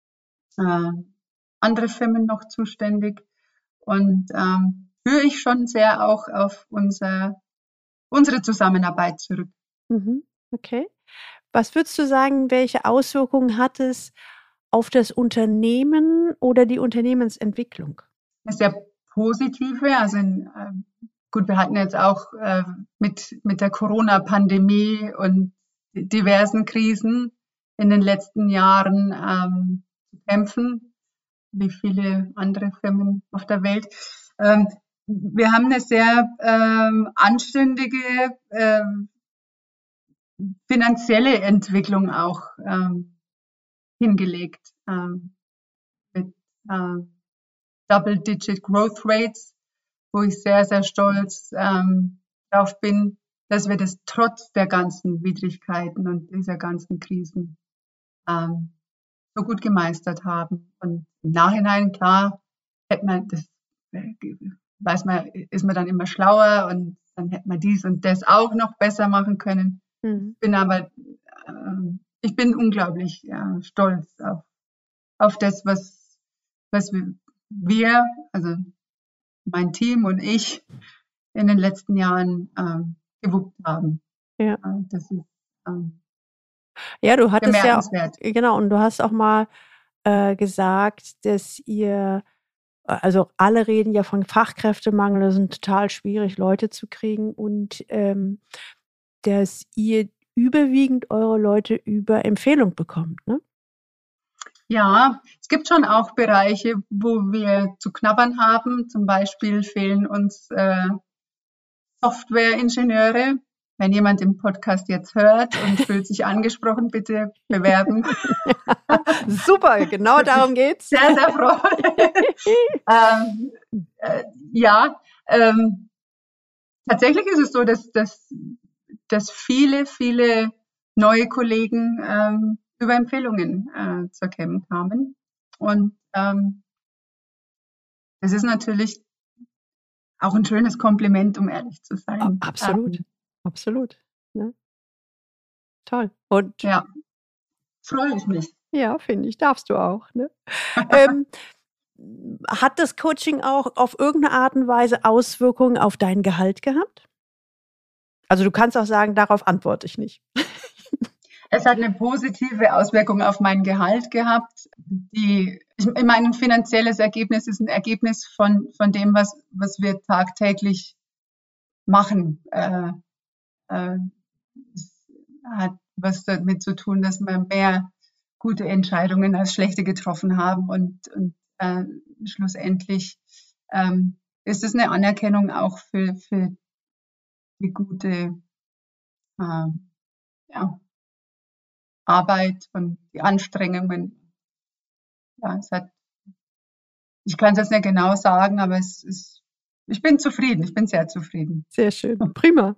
S2: andere Firmen noch zuständig und führe ich schon sehr auch auf unsere Zusammenarbeit zurück.
S1: Okay. Was würdest du sagen, welche Auswirkungen hat es auf das Unternehmen oder die Unternehmensentwicklung?
S2: Eine sehr positive, also gut, wir hatten jetzt auch mit der Corona-Pandemie und diversen Krisen in den letzten Jahren zu kämpfen, wie viele andere Firmen auf der Welt. Wir haben eine sehr anständige finanzielle Entwicklung auch hingelegt mit Double-Digit Growth Rates, wo ich sehr, sehr stolz darauf bin, dass wir das trotz der ganzen Widrigkeiten und dieser ganzen Krisen so gut gemeistert haben. Und im Nachhinein, klar, hätte man das, weiß man, ist man dann immer schlauer und dann hätte man dies und das auch noch besser machen können. Bin aber, ich bin unglaublich stolz auf das, was wir, also mein Team und ich, in den letzten Jahren gewuppt haben.
S1: Ja.
S2: Das ist
S1: Ja, du hattest ja,
S2: bemerkenswert.
S1: genau, und du hast auch mal gesagt, dass ihr, also alle reden ja von Fachkräftemangel, das ist total schwierig, Leute zu kriegen und dass ihr überwiegend eure Leute über Empfehlung bekommt, ne?
S2: Ja, es gibt schon auch Bereiche, wo wir zu knabbern haben. Zum Beispiel fehlen uns Softwareingenieure. Wenn jemand den Podcast jetzt hört und fühlt sich angesprochen, bitte bewerben.
S1: Super, genau darum geht's.
S2: Sehr, sehr froh. Ja, tatsächlich ist es so, dass viele neue Kollegen über Empfehlungen zur CHEM kamen. Und das ist natürlich auch ein schönes Kompliment, um ehrlich zu sein.
S1: Absolut, absolut. Ne? Toll. Und
S2: ja, freue ich mich.
S1: Ja, finde ich, darfst du auch. Ne? Hat das Coaching auch auf irgendeine Art und Weise Auswirkungen auf dein Gehalt gehabt? Also du kannst auch sagen, darauf antworte ich nicht.
S2: Es hat eine positive Auswirkung auf mein Gehalt gehabt. Ich meine, ein finanzielles Ergebnis ist ein Ergebnis von dem, was wir tagtäglich machen. Es hat was damit zu tun, dass wir mehr gute Entscheidungen als schlechte getroffen haben und schlussendlich ist es eine Anerkennung auch für die gute Arbeit und die Anstrengungen ja, ich kann es jetzt nicht genau sagen, aber ich bin zufrieden, ich bin sehr zufrieden.
S1: Sehr schön, prima.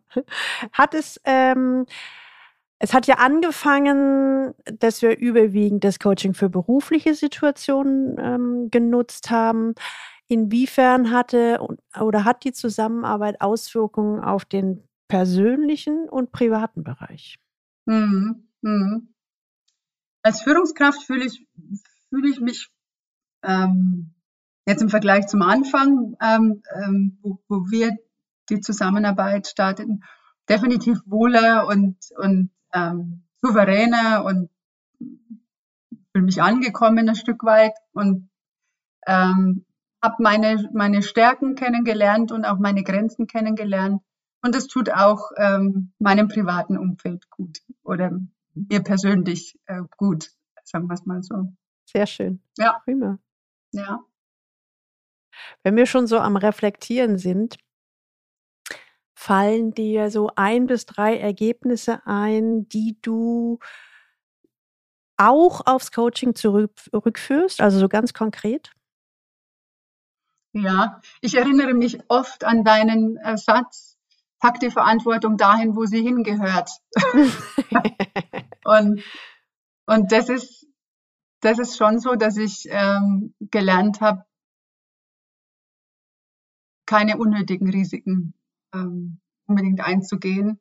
S1: Es hat ja angefangen, dass wir überwiegend das Coaching für berufliche Situationen genutzt haben. Inwiefern hat die Zusammenarbeit Auswirkungen auf den persönlichen und privaten Bereich?
S2: Mhm. Mhm. Als Führungskraft fühle ich mich jetzt im Vergleich zum Anfang, wo wir die Zusammenarbeit starteten, definitiv wohler und souveräner und fühle mich angekommen ein Stück weit und habe meine Stärken kennengelernt und auch meine Grenzen kennengelernt. Und das tut auch meinem privaten Umfeld gut oder mir persönlich gut, sagen wir es mal so.
S1: Sehr schön.
S2: Ja,
S1: Prima.
S2: ja.
S1: Wenn wir schon so am Reflektieren sind, fallen dir so 1 bis 3 Ergebnisse ein, die du auch aufs Coaching zurückführst, also so ganz konkret?
S2: Ja, ich erinnere mich oft an deinen Satz, pack die Verantwortung dahin, wo sie hingehört. Und, und das ist schon so, dass ich gelernt habe, keine unnötigen Risiken unbedingt einzugehen,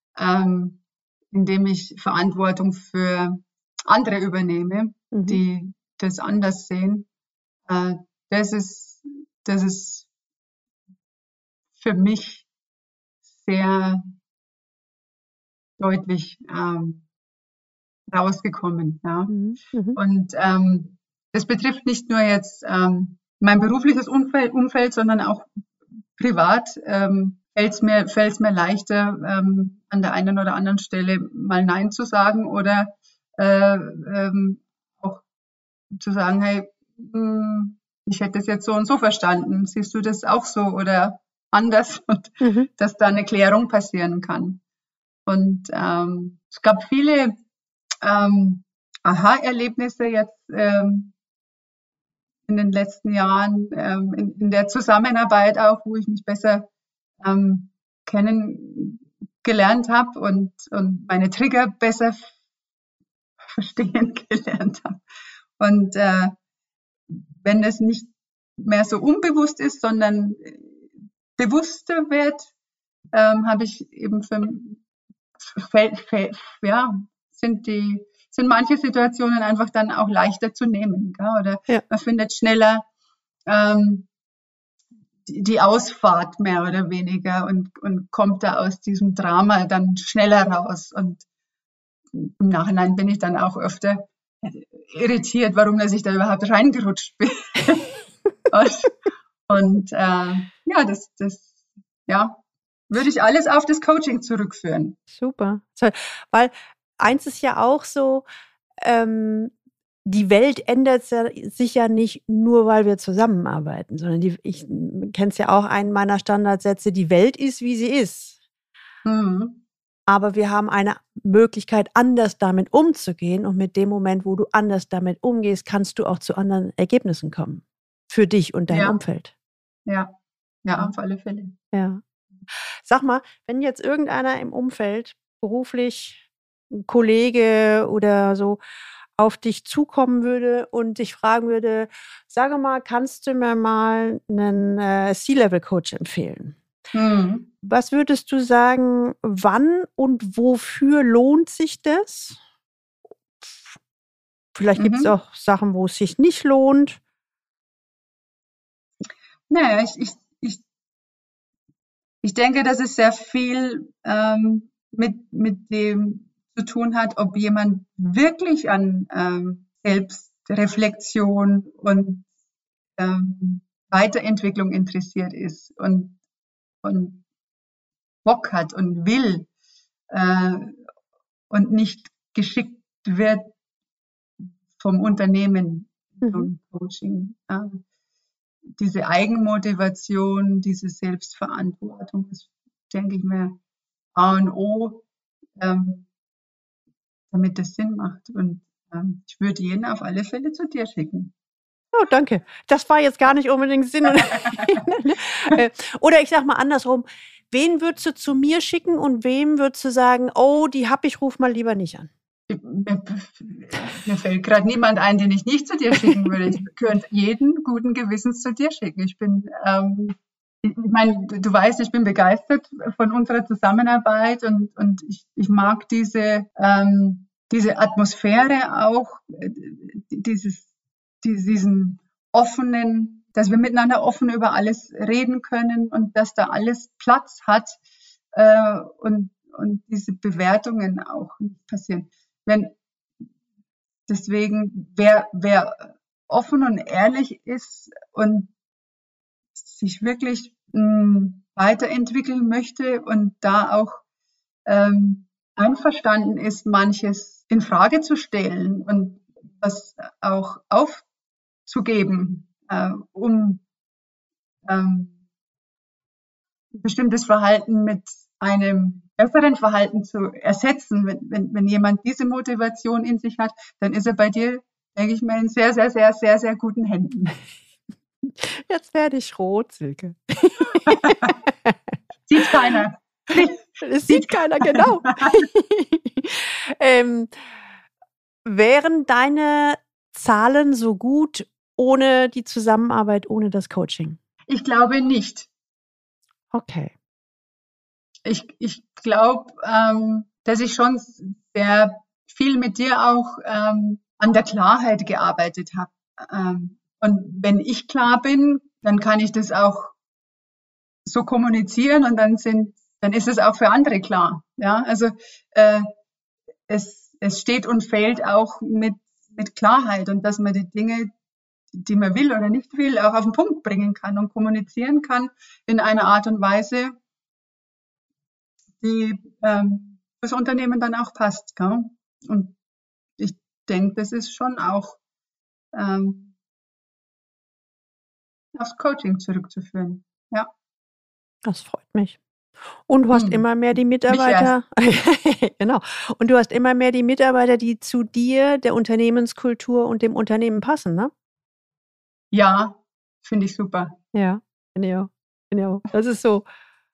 S2: indem ich Verantwortung für andere übernehme,
S1: Mhm.
S2: die das anders sehen. Äh, das ist für mich sehr deutlich rausgekommen. Ja.
S1: Mhm. Mhm.
S2: Und das betrifft nicht nur jetzt mein berufliches Umfeld, sondern auch privat. Fällt es mir leichter, an der einen oder anderen Stelle mal Nein zu sagen oder auch zu sagen, hey, ich hätte es jetzt so und so verstanden. Siehst du das auch so oder anders? Und
S1: Mhm.
S2: dass da eine Klärung passieren kann. Und es gab viele Aha-Erlebnisse jetzt in den letzten Jahren, in der Zusammenarbeit auch, wo ich mich besser kennengelernt habe und meine Trigger besser verstehen gelernt habe. Und wenn es nicht mehr so unbewusst ist, sondern bewusster wird, habe ich eben ja, sind manche Situationen einfach dann auch leichter zu nehmen. Gell? Oder
S1: Ja.
S2: man findet schneller die Ausfahrt mehr oder weniger und kommt da aus diesem Drama dann schneller raus. Und im Nachhinein bin ich dann auch öfter irritiert, warum dass ich da überhaupt reingerutscht bin. und ja, ja, würde ich alles auf das Coaching zurückführen.
S1: Super. Weil eins ist ja auch so, die Welt ändert sich ja nicht nur, weil wir zusammenarbeiten, sondern ich kenne es ja auch, einen meiner Standardsätze, die Welt ist, wie sie ist.
S2: Mhm.
S1: Aber wir haben eine Möglichkeit, anders damit umzugehen. Und mit dem Moment, wo du anders damit umgehst, kannst du auch zu anderen Ergebnissen kommen. Für dich und dein
S2: Ja.
S1: Umfeld.
S2: Ja, ja, auf alle Fälle.
S1: Ja. Sag mal, wenn jetzt irgendeiner im Umfeld, beruflich, ein Kollege oder so, auf dich zukommen würde und dich fragen würde, sage mal, kannst du mir mal einen C-Level-Coach empfehlen?
S2: Mhm.
S1: Was würdest du sagen, wann und wofür lohnt sich das? Vielleicht gibt es
S2: Mhm.
S1: auch Sachen, wo es sich nicht lohnt.
S2: Naja, ich denke, dass es sehr viel mit dem zu tun hat, ob jemand wirklich an Selbstreflexion und Weiterentwicklung interessiert ist und Bock hat und will äh, und nicht geschickt wird vom Unternehmen
S1: Mhm.
S2: vom Coaching. Diese Eigenmotivation, diese Selbstverantwortung, das denke ich mir A und O, damit das Sinn macht. Und ich würde jeden auf alle Fälle zu dir schicken.
S1: Oh, danke. Das war jetzt gar nicht unbedingt Sinn. Oder ich sag mal andersrum. Wen würdest du zu mir schicken und wem würdest du sagen, oh, die hab ich, ruf mal lieber nicht an?
S2: Mir fällt gerade niemand ein, den ich nicht zu dir schicken würde. Ich könnte jeden guten Gewissens zu dir schicken. Ich meine, du weißt, ich bin begeistert von unserer Zusammenarbeit und ich mag diese Atmosphäre auch, diesen offenen, dass wir miteinander offen über alles reden können und dass da alles Platz hat und diese Bewertungen auch nicht passieren. Deswegen, wer offen und ehrlich ist und sich wirklich weiterentwickeln möchte und da auch einverstanden ist, manches in Frage zu stellen und was auch aufzugeben, um bestimmtes Verhalten mit einem besseren Verhalten zu ersetzen. Wenn jemand diese Motivation in sich hat, dann ist er bei dir, denke ich mal, in sehr, sehr, sehr, sehr, sehr guten Händen.
S1: Jetzt werde ich rot, Silke.
S2: Sieht keiner.
S1: Es sieht keiner, genau. Wären deine Zahlen so gut ohne die Zusammenarbeit, ohne das Coaching?
S2: Ich glaube nicht.
S1: Okay.
S2: Ich glaube, dass ich schon sehr viel mit dir auch an der Klarheit gearbeitet habe. Und wenn ich klar bin, dann kann ich das auch so kommunizieren und dann ist es auch für andere klar. Ja, also es steht und fällt auch mit Klarheit und dass man die Dinge, die man will oder nicht will, auch auf den Punkt bringen kann und kommunizieren kann in einer Art und Weise, die das Unternehmen dann auch passt. Gell? Und ich denke, das ist schon auch aufs Coaching zurückzuführen. Ja.
S1: Das freut mich. Und du hast immer mehr die Mitarbeiter, genau. Und du hast immer mehr die Mitarbeiter, die zu dir, der Unternehmenskultur und dem Unternehmen passen, ne?
S2: Ja, finde ich super.
S1: Ja, finde ich auch. Das ist so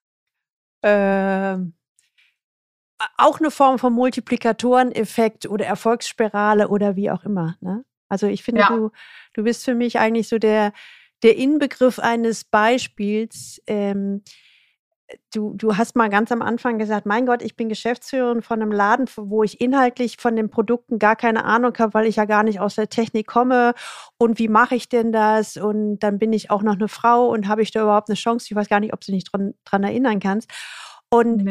S1: auch eine Form von Multiplikatoreneffekt oder Erfolgsspirale oder wie auch immer, ne? Also ich finde, du bist für mich eigentlich so der Inbegriff eines Beispiels. Du hast mal ganz am Anfang gesagt, mein Gott, ich bin Geschäftsführerin von einem Laden, wo ich inhaltlich von den Produkten gar keine Ahnung habe, weil ich ja gar nicht aus der Technik komme. Und wie mache ich denn das? Und dann bin ich auch noch eine Frau und habe ich da überhaupt eine Chance? Ich weiß gar nicht, ob du dich dran erinnern kannst. Und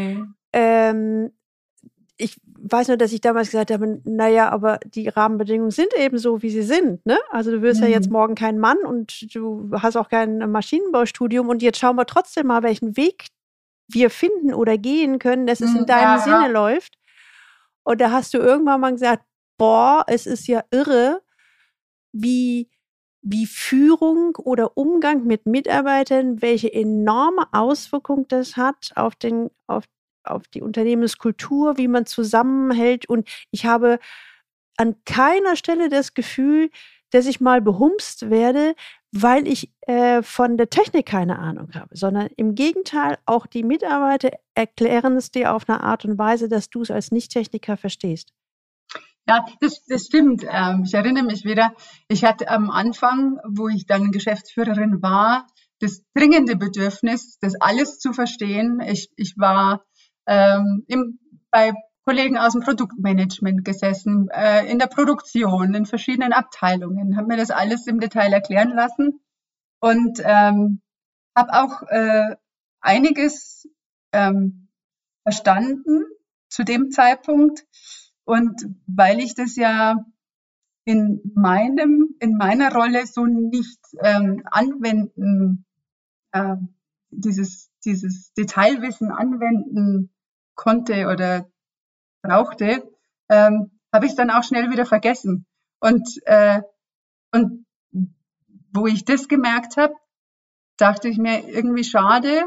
S1: ich weiß nur, dass ich damals gesagt habe, naja, aber die Rahmenbedingungen sind eben so, wie sie sind. Ne? Also du wirst ja jetzt morgen kein Mann und du hast auch kein Maschinenbaustudium und jetzt schauen wir trotzdem mal, welchen Weg wir finden oder gehen können, dass es in deinem Sinne läuft. Und da hast du irgendwann mal gesagt, boah, es ist ja irre, wie Führung oder Umgang mit Mitarbeitern, welche enorme Auswirkung das hat auf die Unternehmenskultur, wie man zusammenhält. Und ich habe an keiner Stelle das Gefühl, dass ich mal behumst werde, weil ich von der Technik keine Ahnung habe, sondern im Gegenteil, auch die Mitarbeiter erklären es dir auf eine Art und Weise, dass du es als Nicht-Techniker verstehst.
S2: Ja, das stimmt. Ich erinnere mich wieder, ich hatte am Anfang, wo ich dann Geschäftsführerin war, das dringende Bedürfnis, das alles zu verstehen. Ich war bei Kollegen aus dem Produktmanagement gesessen, in der Produktion, in verschiedenen Abteilungen, habe mir das alles im Detail erklären lassen und habe auch einiges verstanden zu dem Zeitpunkt. Und weil ich das ja in meiner Rolle so nicht anwenden, dieses Detailwissen anwenden konnte oder brauchte, habe ich es dann auch schnell wieder vergessen. Und wo ich das gemerkt habe, dachte ich mir irgendwie schade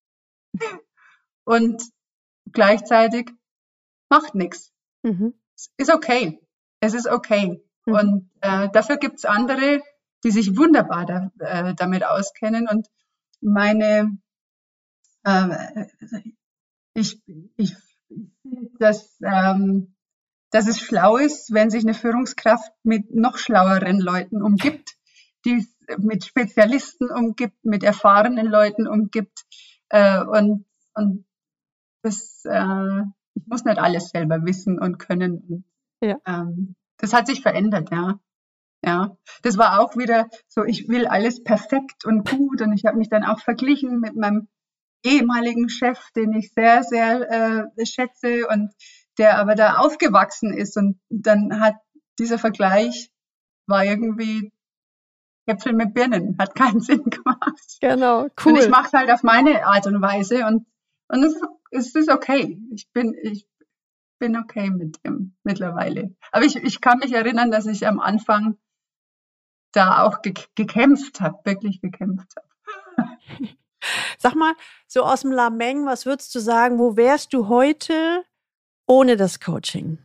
S2: und gleichzeitig macht nichts. Ist okay. Es ist okay. Und dafür gibt es andere, die sich wunderbar damit auskennen. Und meine, äh, ich dass, dass es schlau ist, wenn sich eine Führungskraft mit noch schlaueren Leuten umgibt, die es mit Spezialisten umgibt, mit erfahrenen Leuten umgibt. Und das, ich muss nicht alles selber wissen und können.
S1: Ja.
S2: Das hat sich verändert, ja. Ja, das war auch wieder so, ich will alles perfekt und gut, und ich habe mich dann auch verglichen mit meinem ehemaligen Chef, den ich sehr, sehr schätze und der aber da aufgewachsen ist, und dann hat dieser Vergleich war irgendwie Äpfel mit Birnen, hat keinen Sinn gemacht.
S1: Genau,
S2: Und ich
S1: cool.
S2: mache es halt auf meine Art und Weise, und es ist okay. Ich bin okay mit dem mittlerweile. Aber ich kann mich erinnern, dass ich am Anfang da auch gekämpft habe, wirklich gekämpft habe.
S1: Sag mal, so aus dem Lameng, was würdest du sagen, wo wärst du heute ohne das Coaching?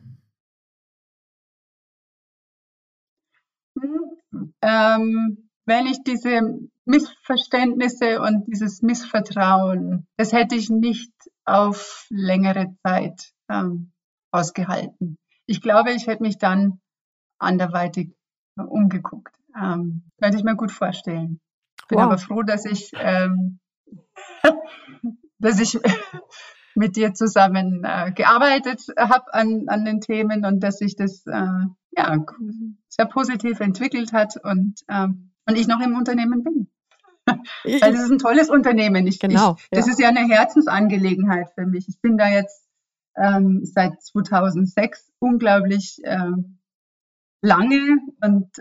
S2: Wenn ich diese Missverständnisse und dieses Missvertrauen, das hätte ich nicht auf längere Zeit ausgehalten. Ich glaube, ich hätte mich dann anderweitig umgeguckt. Könnte ich mir gut vorstellen. Bin
S1: Wow.
S2: aber froh, dass ich mit dir zusammen gearbeitet habe an den Themen, und dass sich das sehr positiv entwickelt hat, und ich noch im Unternehmen bin. Weil es ist ein tolles Unternehmen.
S1: Genau,
S2: das
S1: ja.
S2: ist ja eine Herzensangelegenheit für mich. Ich bin da jetzt seit 2006 unglaublich lange, und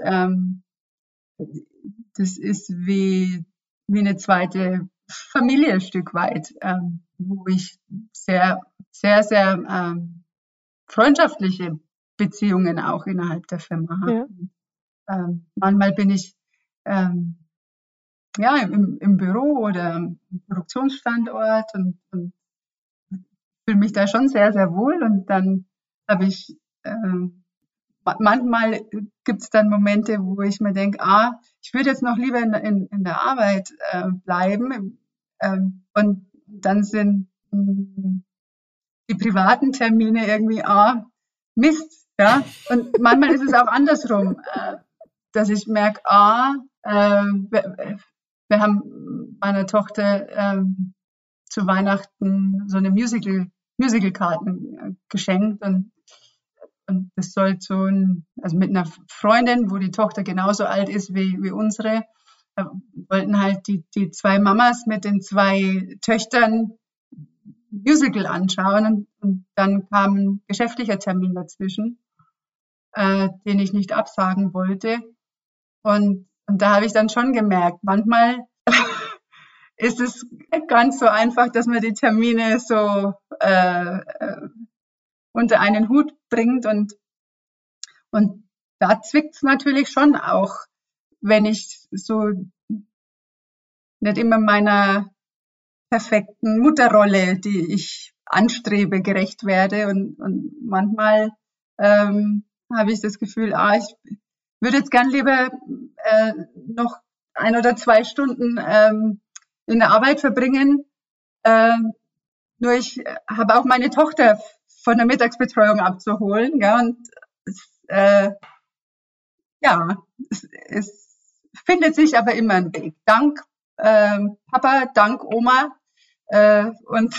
S2: das ist wie eine zweite Familie ein Stück weit, wo ich sehr, sehr, sehr freundschaftliche Beziehungen auch innerhalb der Firma habe.
S1: Ja.
S2: Manchmal bin ich im Büro oder am Produktionsstandort und fühle mich da schon sehr, sehr wohl, und dann habe ich manchmal gibt es dann Momente, wo ich mir denke, ich würde jetzt noch lieber in der Arbeit bleiben. Und dann sind die privaten Termine irgendwie, Mist. Ja? Und manchmal ist es auch andersrum, dass ich merke, wir haben meiner Tochter zu Weihnachten so eine Musical-Karten geschenkt, und das soll also mit einer Freundin, wo die Tochter genauso alt ist wie unsere, wollten halt die zwei Mamas mit den zwei Töchtern Musical anschauen, und dann kam ein geschäftlicher Termin dazwischen, den ich nicht absagen wollte. Und da habe ich dann schon gemerkt, manchmal ist es nicht ganz so einfach, dass man die Termine so unter einen Hut bringt, und da zwickt es natürlich schon auch, wenn ich so nicht immer meiner perfekten Mutterrolle, die ich anstrebe, gerecht werde, und manchmal habe ich das Gefühl, ich würde jetzt gern lieber noch 1 oder 2 Stunden in der Arbeit verbringen. Nur ich habe auch meine Tochter von der Mittagsbetreuung abzuholen, ja, und es findet sich aber immer ein Weg. Dank Papa, dank Oma und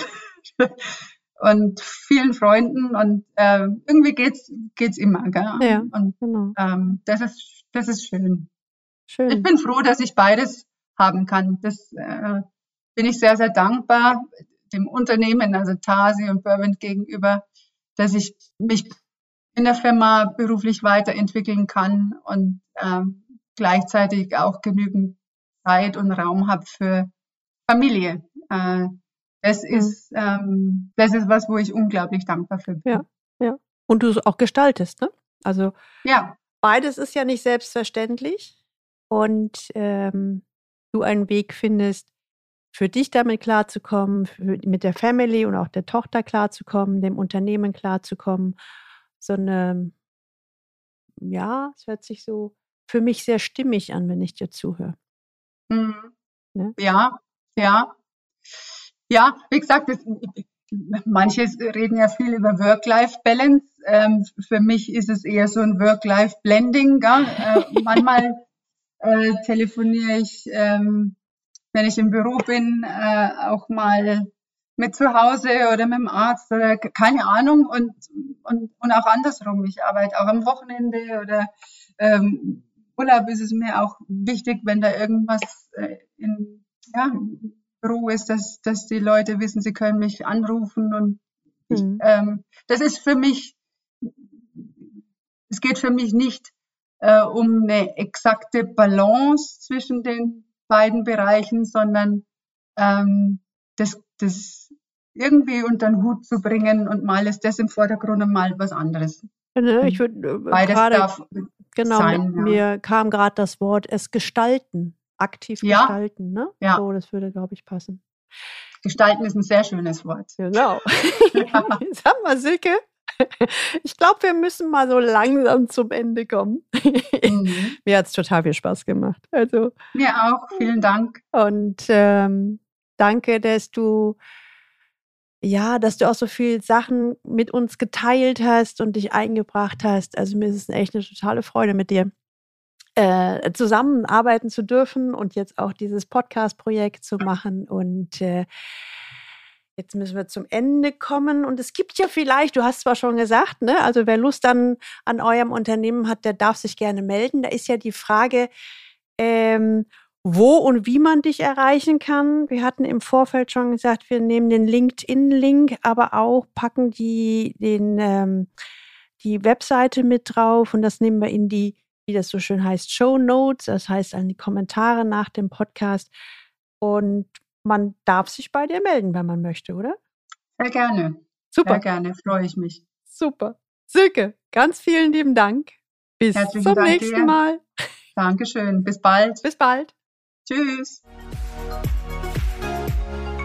S2: vielen Freunden, und irgendwie geht's immer, gell?
S1: Ja,
S2: und
S1: genau.
S2: das ist schön.
S1: Schön.
S2: Ich bin froh, dass ich beides haben kann. Das bin ich sehr, sehr dankbar dem Unternehmen, also Tasi und Berwent gegenüber, dass ich mich in der Firma beruflich weiterentwickeln kann und gleichzeitig auch genügend Zeit und Raum habe für Familie. Das ist was, wo ich unglaublich dankbar für bin.
S1: Ja. Und du es auch gestaltest, ne? Also
S2: ja,
S1: beides ist ja nicht selbstverständlich, und du einen Weg findest, für dich damit klarzukommen, mit der Family und auch der Tochter klarzukommen, dem Unternehmen klarzukommen. So eine, es hört sich so für mich sehr stimmig an, wenn ich dir zuhöre.
S2: Mhm.
S1: Ne?
S2: Ja, ja. Ja, wie gesagt, manche reden ja viel über Work-Life-Balance. Für mich ist es eher so ein Work-Life-Blending. Manchmal telefoniere ich, wenn ich im Büro bin, auch mal mit zu Hause oder mit dem Arzt oder keine Ahnung und auch andersrum. Ich arbeite auch am Wochenende oder Urlaub ist es mir auch wichtig, wenn da irgendwas im Büro ist, dass die Leute wissen, sie können mich anrufen und das ist für mich, es geht für mich nicht um eine exakte Balance zwischen den beiden Bereichen, sondern das irgendwie unter den Hut zu bringen und mal ist das im Vordergrund und mal was anderes.
S1: Ich würde
S2: Beides darf sein.
S1: Mir kam gerade das Wort, es gestalten, aktiv gestalten. Ne?
S2: Ja.
S1: So, das würde, glaube ich, passen.
S2: Gestalten ist ein sehr schönes Wort.
S1: Genau. Sag mal, Silke, ich glaube, wir müssen mal so langsam zum Ende kommen. Mir hat es total viel Spaß gemacht. Also,
S2: mir auch, vielen Dank.
S1: Und danke, dass du auch so viele Sachen mit uns geteilt hast und dich eingebracht hast. Also mir ist es echt eine totale Freude, mit dir zusammenarbeiten zu dürfen und jetzt auch dieses Podcast-Projekt zu machen. Und jetzt müssen wir zum Ende kommen. Und es gibt ja vielleicht, du hast zwar schon gesagt, ne, also wer Lust an eurem Unternehmen hat, der darf sich gerne melden. Da ist ja die Frage, wo und wie man dich erreichen kann. Wir hatten im Vorfeld schon gesagt, wir nehmen den LinkedIn-Link, aber auch packen die Webseite mit drauf und das nehmen wir in die, wie das so schön heißt, Show Notes, das heißt an die Kommentare nach dem Podcast. Und man darf sich bei dir melden, wenn man möchte, oder?
S2: Sehr gerne.
S1: Super.
S2: Sehr gerne, freue ich mich.
S1: Super. Silke, ganz vielen lieben Dank. Bis zum nächsten Mal.
S2: Dankeschön. Bis bald.
S1: Bis bald.
S2: Tschüss.